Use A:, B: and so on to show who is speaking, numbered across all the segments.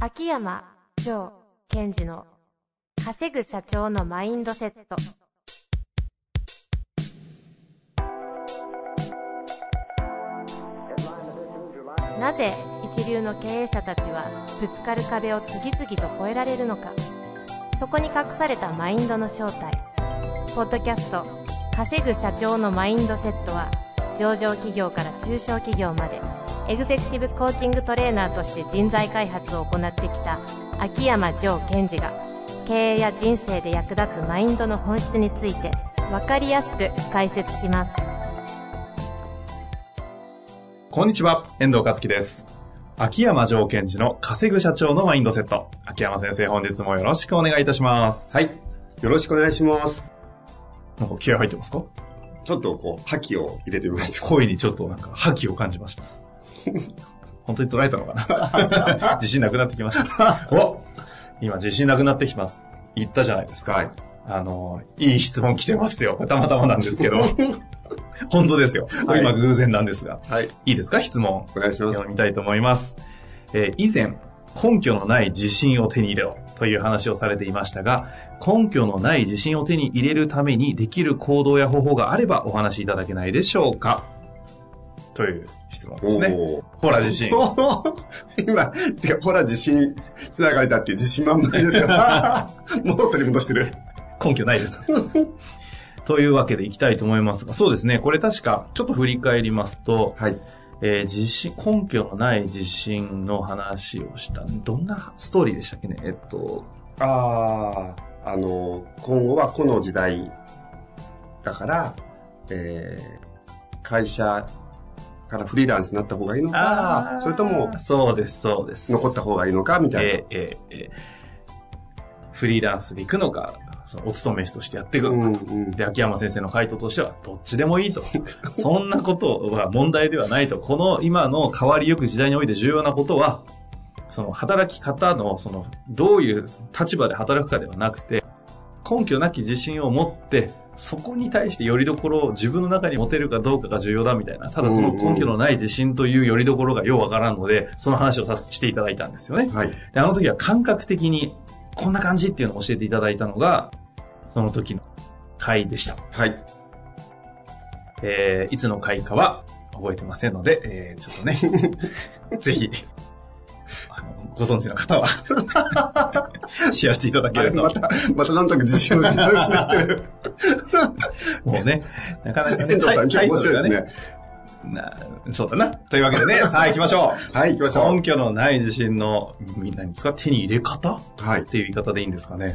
A: 秋山城賢治の稼ぐ社長のマインドセット。なぜ一流の経営者たちはぶつかる壁を次々と越えられるのか。そこに隠されたマインドの正体。ポッドキャスト稼ぐ社長のマインドセットは、上場企業から中小企業までエグゼクティブコーチングトレーナーとして人材開発を行ってきた秋山城賢治が、経営や人生で役立つマインドの本質について分かりやすく解説します。
B: こんにちは、遠藤和樹です。秋山城賢治の稼ぐ社長のマインドセット。秋山先生、本日もよろしくお願いいたします。
C: はい、よろしくお願いします。
B: なんか気合入ってますか？
C: ちょっと覇気を入れてみました。
B: 声にちょっとなんか覇気を感じました。本当に捉えたのかな自信なくなってきました。お、今自信なくなってきま言ったじゃないですか。
C: はい。
B: いい質問来てますよ。たまたまなんですけど。本当ですよ。はい、今偶然なんですが。
C: はい。
B: いいですか？質問。
C: お願いします。
B: 読みたいと思います。以前、根拠のない自信を手に入れろという話をされていましたが、根拠のない自信を手に入れるためにできる行動や方法があればお話しいただけないでしょうか？という質問ですね。ほら自信。
C: 今、ほら自信つながれたっていう自信満々ですからもう取り戻してる。
B: 根拠ないです。というわけでいきたいと思いますが、そうですね、これ確かちょっと振り返りますと、
C: はい。
B: 根拠のない自信の話をした、どんなストーリーでしたっけね。
C: 今後はこの時代だから、会社からフリーランスになった方がいいのか、それとも、
B: そうです、そうです。
C: 残った方がいいのか、みたいな。
B: フリーランスで行くのか、お勤め師としてやっていくのかと。で、秋山先生の回答としては、どっちでもいいと。そんなことは問題ではないと。この今の変わりゆく時代において重要なことは、その働き方の、どういう立場で働くかではなくて、根拠なき自信を持って、そこに対して拠り所を自分の中に持てるかどうかが重要だみたいな。ただその根拠のない自信という拠り所がようわからんので、その話をしていただいたんですよね。
C: はい。
B: で、あの時は感覚的にこんな感じっていうのを教えていただいたのが、その時の回でした。
C: はい。
B: いつの回かは覚えてませんので、ちょっとね、ぜひ、ご存知の方は、シェアしていただけると。
C: またなんとなく自信を失ってる。
B: もうね、なかなかね、
C: 遠藤さん、面白いですね。
B: そうだな。というわけでね、さあ行きましょ
C: う。はい、行きましょう。
B: 根拠のない自信の、みんなに使う手に入れ方、
C: はい。
B: っていう言い方でいいんですかね。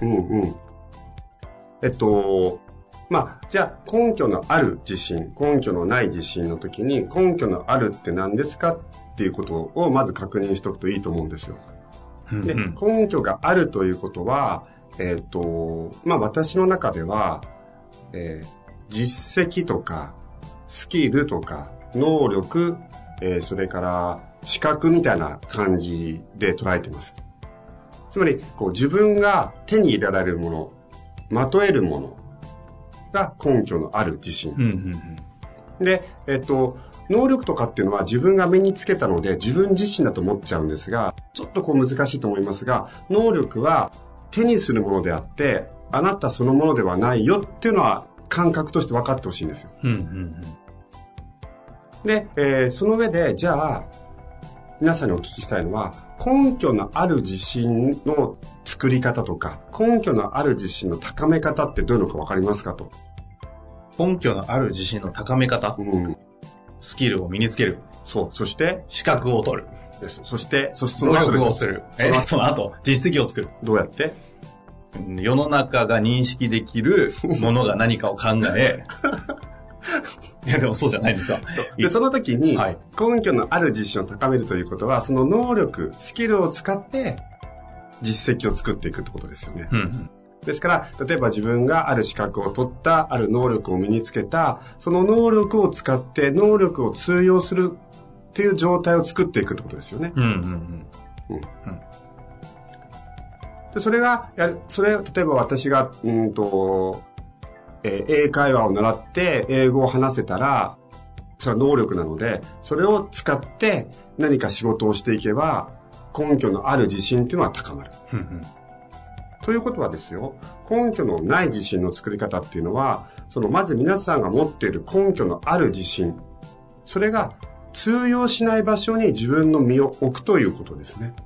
C: じゃあ、根拠のある自信、根拠のない自信の時に、根拠のあるって何ですかっていうことをまず確認しておくといいと思うんですよ。で、根拠があるということは、私の中では、実績とか、スキルとか、能力、それから資格みたいな感じで捉えています。つまり、自分が手に入れられるもの、まとえるものが根拠のある自信。で、能力とかっていうのは自分が身につけたので自分自身だと思っちゃうんですが、ちょっと難しいと思いますが、能力は手にするものであって、あなたそのものではないよっていうのは感覚として分かってほしいんですよ。で、その上で、じゃあ、皆さんにお聞きしたいのは、根拠のある自信の作り方とか、根拠のある自信の高め方ってどういうのか分かりますかと。
B: 根拠のある自信の高め方。スキルを身につける。
C: そう。そして、
B: 資格を取る。
C: です。そしてそ
B: の後努力をする。その後、実績を作る。
C: どうやって？
B: 世の中が認識できるものが何かを考え、いやでもそうじゃないですよ。
C: で、その時に、根拠のある自信を高めるということは、その能力、スキルを使って実績を作っていくってことですよね。ですから、例えば自分がある資格を取った、ある能力を身につけた、その能力を使って能力を通用するっていう状態を作っていくってことですよね。で、それ、例えば私が、英会話を習って英語を話せたら、それは能力なので、それを使って何か仕事をしていけば、 根拠のある自信っていうのは高まる。ということはですよ、根拠のない自信の作り方っていうのは、まず皆さんが持っている根拠のある自信、それが通用しない場所に自分の身を置くということですね。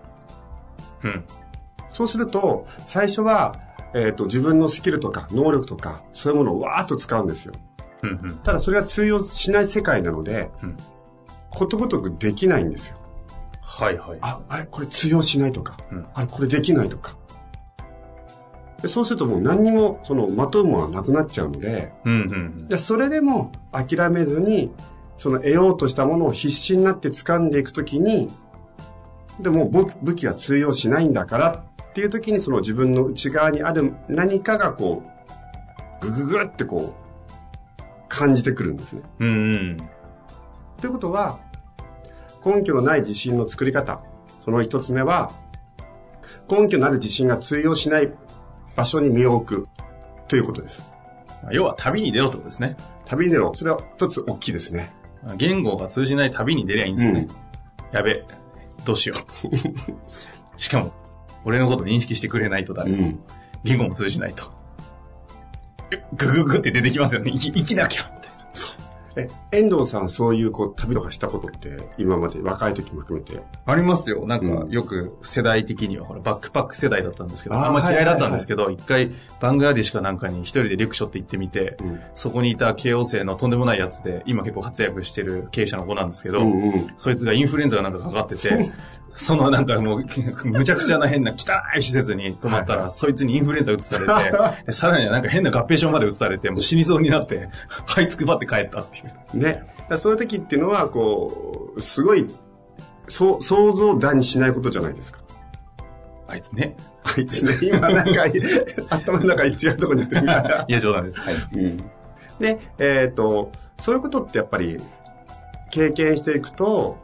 C: そうすると、最初は、自分のスキルとか能力とか、そういうものをわーっと使うんですよ。ただそれは通用しない世界なので、ことごとくできないんですよ。あれこれ通用しないとか、あれこれできないとか。でそうするともう何にもまとうものはなくなっちゃうので、でそれでも諦めずに得ようとしたものを必死になって掴んでいくときに、でも武器は通用しないんだからっていうときに、自分の内側にある何かがグググって感じてくるんですね。ということは、根拠のない自信の作り方、その一つ目は、根拠のある自信が通用しない場所に身を置くということです。
B: 要は旅に出ろってことですね。
C: 旅に出ろ。それは一つ大きいですね。
B: 言語が通じない旅に出りゃいいんですよね。やべ、どうしよう。しかも、俺のこと認識してくれないと誰も。言語も通じないと。グググって出てきますよね。生きなきゃ。
C: 遠藤さん、そういう旅とかしたことって今まで若い時も含めて
B: ありますよ。なんかよく世代的にはバックパック世代だったんですけど、あんま嫌いだったんですけど、一回バングラディッシュかなんかに一人でレクションって行ってみて、そこにいた慶応生のとんでもないやつで、今結構活躍してる経営者の子なんですけど、そいつがインフルエンザがなんかかかってて、なんかもう、むちゃくちゃな変な汚い施設に泊まったら、そいつにインフルエンザ移されて、さらにはなんか変な合併症まで移されて、もう死にそうになって、這いつくばって帰ったっていう。
C: ね。そういう時っていうのは、すごい、想像だにしないことじゃないですか。
B: あいつね。
C: 今なんか、頭の中違うところに行ってるみたいな。
B: いや、冗談です。はい。
C: で、そういうことってやっぱり、経験していくと、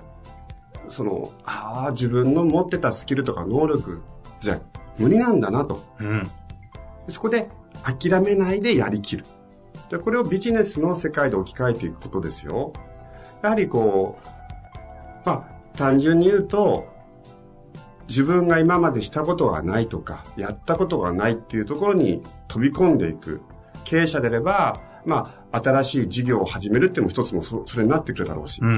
C: 自分の持ってたスキルとか能力じゃ無理なんだなと。そこで諦めないでやりきる。で、これをビジネスの世界で置き換えていくことですよ。やはり単純に言うと、自分が今までしたことがないとか、やったことがないっていうところに飛び込んでいく。経営者であれば、新しい事業を始めるっていうのも一つもそれになってくるだろうし。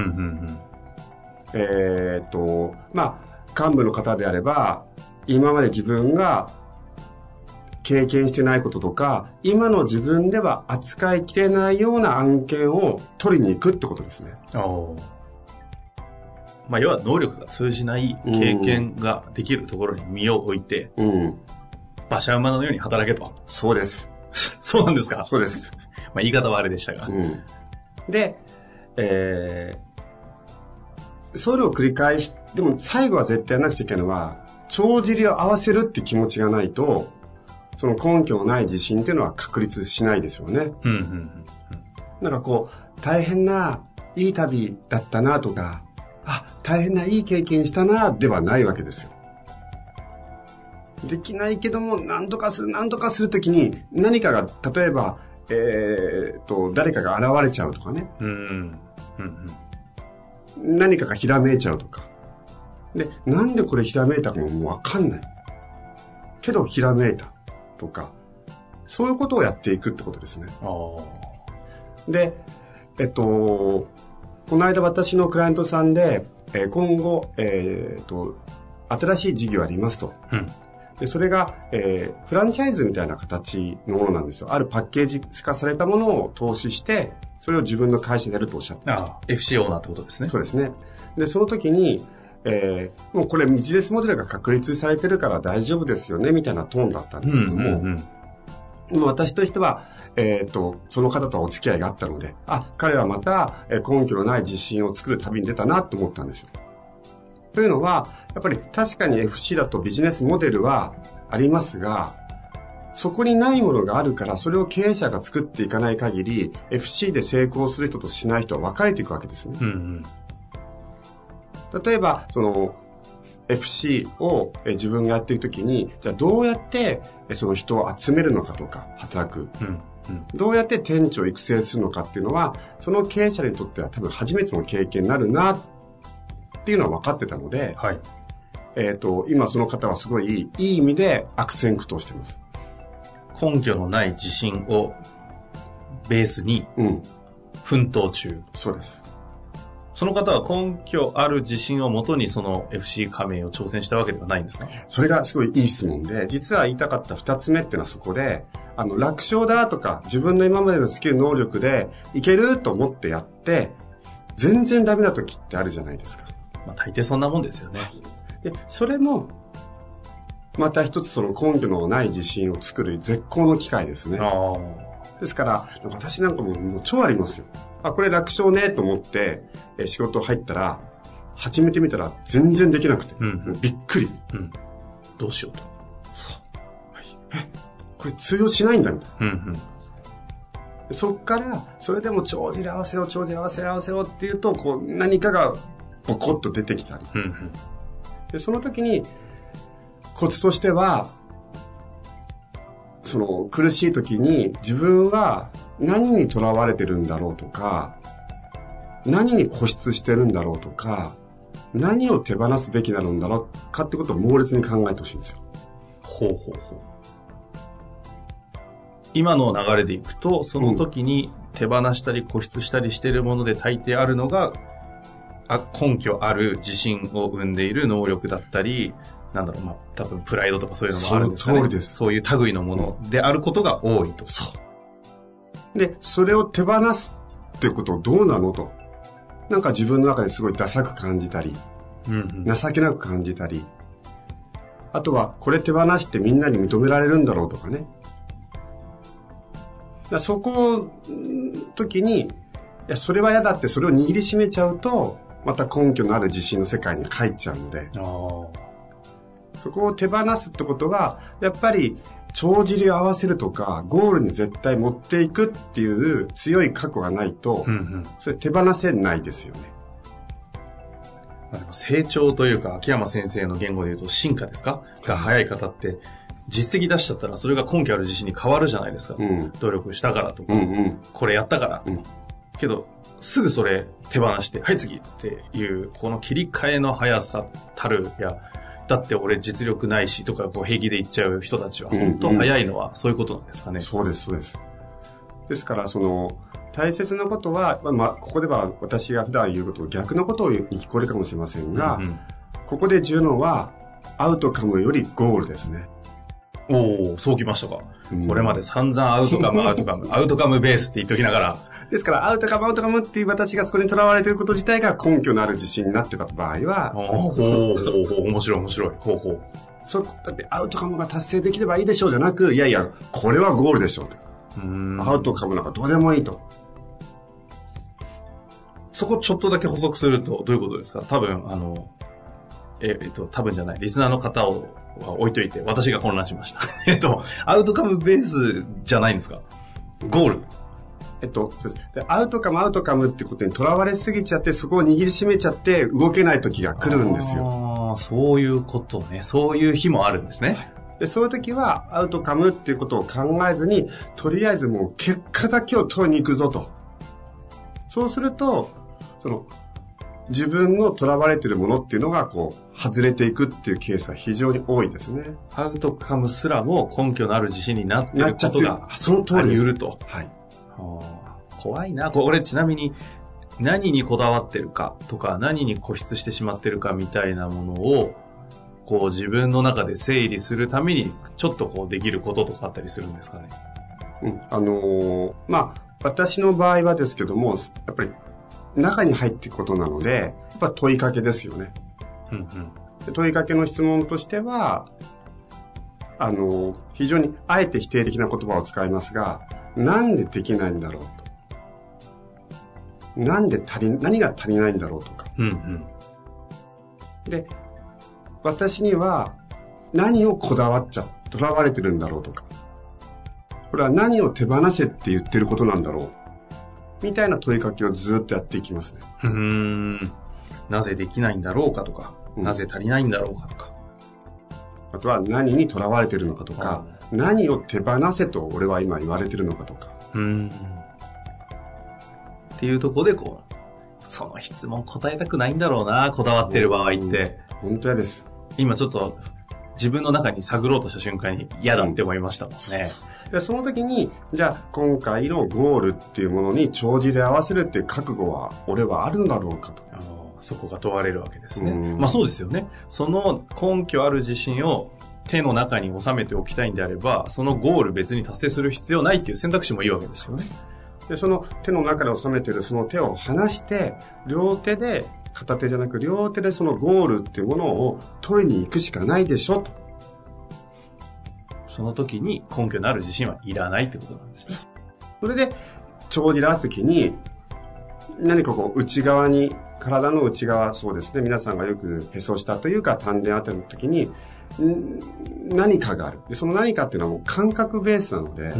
C: 幹部の方であれば、今まで自分が経験してないこととか、今の自分では扱いきれないような案件を取りに行くってことですね。
B: 要は能力が通じない経験ができるところに身を置いて、馬車馬のように働けと。
C: そうです。
B: そうなんですか？
C: そうです。
B: 言い方はあれでしたが。
C: で、それを繰り返し、でも最後は絶対やらなくちゃいけないのは、帳尻を合わせるって気持ちがないと、その根拠のない自信っていうのは確立しないですよね。なんか大変ないい旅だったなとか、大変ないい経験したなではないわけですよ。できないけども、なんとかするときに、何かが、例えば、誰かが現れちゃうとかね。何かがひらめいちゃうとか。で、なんでこれひらめいたかもわかんない。けどひらめいたとか、そういうことをやっていくってことですね。で、この間私のクライアントさんで、今後、新しい事業ありますと。でそれが、フランチャイズみたいな形のものなんですよ。あるパッケージ化されたものを投資して、それを自分の会社でやるとおっしゃってました。
B: FC オーナーってことですね。
C: そうですね。で、その時に、もうこれビジネスモデルが確立されてるから大丈夫ですよね、みたいなトーンだったんですけども、私としては、その方とはお付き合いがあったので、彼はまた根拠のない自信を作る旅に出たなと思ったんですよ。というのは、やっぱり確かに FC だとビジネスモデルはありますが、そこにないものがあるから、それを経営者が作っていかない限り、FC で成功する人としない人は分かれていくわけですね。例えば、FC を自分がやっていくときに、じゃあどうやってその人を集めるのかとか、働く。どうやって店長を育成するのかっていうのは、その経営者にとっては多分初めての経験になるなっていうのは分かってたので、 今その方はすごいいい意味で悪戦苦闘しています。
B: 根拠のない自信をベースに奮闘中。
C: そうです。
B: その方は根拠ある自信をもとにその FC 加盟を挑戦したわけではないんですか？
C: それがすごいいい質問で、実は言いたかった2つ目っていうのはそこで、楽勝だとか自分の今までのスキル能力でいけると思ってやって、全然ダメな時ってあるじゃないですか。
B: まあ大抵そんなもんですよね。
C: で、それも、また一つその根拠のない自信を作る絶好の機会ですね。ですから、私なんかもう超ありますよ。これ楽勝ねと思って、仕事入ったら、始めてみたら全然できなくて、びっくり、
B: どうしようと。
C: そう。これ通用しないんだみたいな。そっから、それでも帳尻合わせようっていうと、こう何かがボコッと出てきたり。で、その時に、コツとしては、その苦しい時に自分は何にとらわれてるんだろうとか、何に固執してるんだろうとか、何を手放すべきなのだろうかってことを猛烈に考えてほしいんですよ。
B: 今の流れでいくと、その時に手放したり固執したりしているもので大抵あるのが、根拠ある自信を生んでいる能力だったり、多分プライドとかそういうのもあるんですかね。
C: その通りです。
B: そういう類のものであることが多いと。
C: で、それを手放すってことどうなのと。なんか自分の中ですごいダサく感じたり、情けなく感じたり、あとはこれ手放してみんなに認められるんだろうとかね。そこ時に、いや、それは嫌だってそれを握りしめちゃうと、また根拠のある自信の世界に入っちゃうので、そこを手放すってことは、やっぱり帳尻を合わせるとか、ゴールに絶対持っていくっていう強い覚悟がないと、それ手放せないですよね。
B: 成長というか、秋山先生の言語で言うと進化ですかが早い方って、実績出しちゃったらそれが根拠ある自信に変わるじゃないですか。努力したからとか、これやったからとか。けど、すぐそれ手放して、はい次っていう、この切り替えの速さたるや、だって俺実力ないしとかこう平気で言っちゃう人たちは本当早いのはそういうことなんですかね。
C: そうです。ですから大切なことは、ここでは私が普段言うことを逆のことに聞こえるかもしれませんが、ここで重要なのはアウトカムよりゴールですね。
B: そうきましたか。これまで散々アウトカムベースって言っときながら。
C: ですからアウトカムっていう私がそこにとらわれていること自体が根拠のある自信になってた場合は、
B: 面白い。
C: だってアウトカムが達成できればいいでしょうじゃなく、いやいや、これはゴールでしょうと。アウトカムなんかどうでもいいと。
B: そこちょっとだけ補足するとどういうことですか？多分多分じゃない。リスナーの方を置いといて、私が混乱しました。アウトカムベースじゃないんですか？ゴール。
C: そうです。で、アウトカムってことにとらわれすぎちゃって、そこを握りしめちゃって動けない時が来るんですよ。
B: そういうことね。そういう日もあるんですね。
C: で、そういう時はアウトカムっていうことを考えずに、とりあえずもう結果だけを取りに行くぞと。そうすると、自分のとらわれているものっていうのが外れていくっていうケースは非常に多いですね。
B: アウトカムすらも根拠のある自信になっていることが
C: その通りです。あり得
B: ると。
C: はい。
B: 怖いな。これちなみに何にこだわってるかとか何に固執してしまってるかみたいなものを自分の中で整理するためにちょっとできることとかあったりするんですかね。
C: 私の場合はですけども、やっぱり中に入っていくことなので、やっぱ問いかけですよね。問いかけの質問としては、非常にあえて否定的な言葉を使いますが、なんでできないんだろうと。何が足りないんだろうとか。で、私には何をこだわっちゃ、とらわれてるんだろうとか。これは何を手放せって言ってることなんだろう。みたいな問いかけをずっとやっていきますね。
B: なぜできないんだろうかとか、なぜ足りないんだろうかとか。
C: あとは何にとらわれてるのかとか、何を手放せと俺は今言われてるのかとか。
B: っていうところでその質問答えたくないんだろうな、こだわってる場合って。
C: 本当やです。
B: 今ちょっと自分の中に探ろうとした瞬間に嫌だって思いましたもんね。
C: でその時に、じゃあ今回のゴールっていうものに帳尻で合わせるっていう覚悟は俺はあるんだろうかと。
B: そこが問われるわけですね。まあそうですよね。その根拠ある自信を手の中に収めておきたいんであれば、そのゴール別に達成する必要ないっていう選択肢もいいわけですよね。
C: でその手の中で収めているその手を離して、両手で、片手じゃなく両手でそのゴールっていうものを取りに行くしかないでしょと。
B: その時に根拠のある自信はいらないってことなんですね。
C: それで、帳尻合わす時に、何かこう内側に、体の内側、そうですね、皆さんがよくへそしたというか丹田あたりの時に、何かがある。でその何かっていうのはもう感覚ベースなので、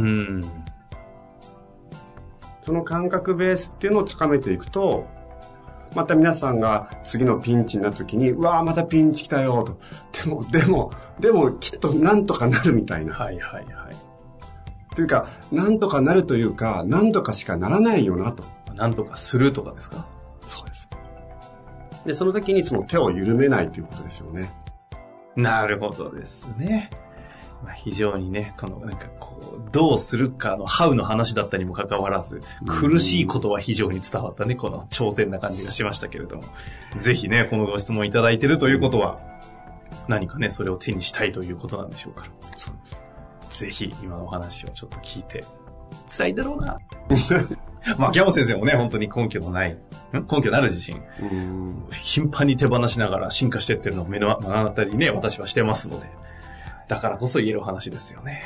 C: その感覚ベースっていうのを高めていくと、また皆さんが次のピンチになった時に、うわーまたピンチ来たよと。でもきっとなんとかなるみたいな。
B: はいはいはい。
C: というか、なんとかなるというか、なんとかしかならないよなと。
B: なんとかするとかですか？
C: そうです。で、その時にその手を緩めないということですよね。
B: なるほどですね。非常にね、どうするかのハウの話だったにもかかわらず、苦しいことは非常に伝わったね、この挑戦な感じがしましたけれども。ぜひね、このご質問いただいているということは、何かね、それを手にしたいということなんでしょうから。そうです。ぜひ、今のお話をちょっと聞いて、辛いだろうな。秋山先生もね、本当に根拠のある自信。頻繁に手放しながら進化していってるのを目の当たりにね、私はしてますので。だからこそ言えるお話ですよね。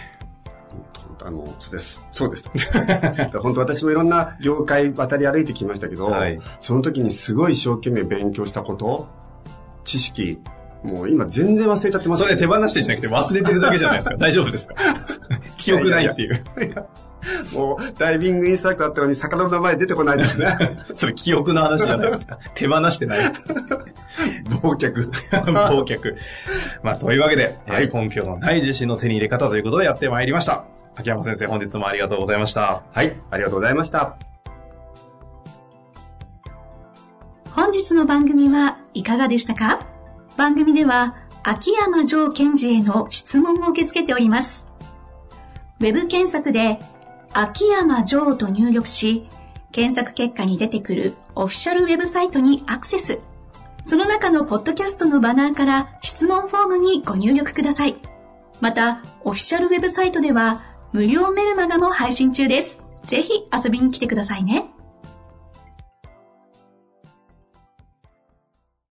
B: そうです。本当私もいろんな業界渡り歩いてきましたけど、はい、その時にすごい一生懸命勉強したこと、知識、もう今全然忘れちゃってます、ね。それ手放してじゃなくて忘れてるだけじゃないですか。大丈夫ですか？記憶ないっていう。もうダイビングインストラクターだったのに魚の名前出てこないですね。それ記憶の話じゃないですか。手放してない。忘却。まあ、というわけで、はい、根拠のない自信の手に入れ方ということでやってまいりました。秋山先生、本日もありがとうございました。
C: はい、ありがとうございました。
D: 本日の番組はいかがでしたか？番組では、秋山城賢治への質問を受け付けております。ウェブ検索で、秋山城と入力し、検索結果に出てくるオフィシャルウェブサイトにアクセス。その中のポッドキャストのバナーから質問フォームにご入力ください。また、オフィシャルウェブサイトでは無料メルマガも配信中です。ぜひ遊びに来てくださいね。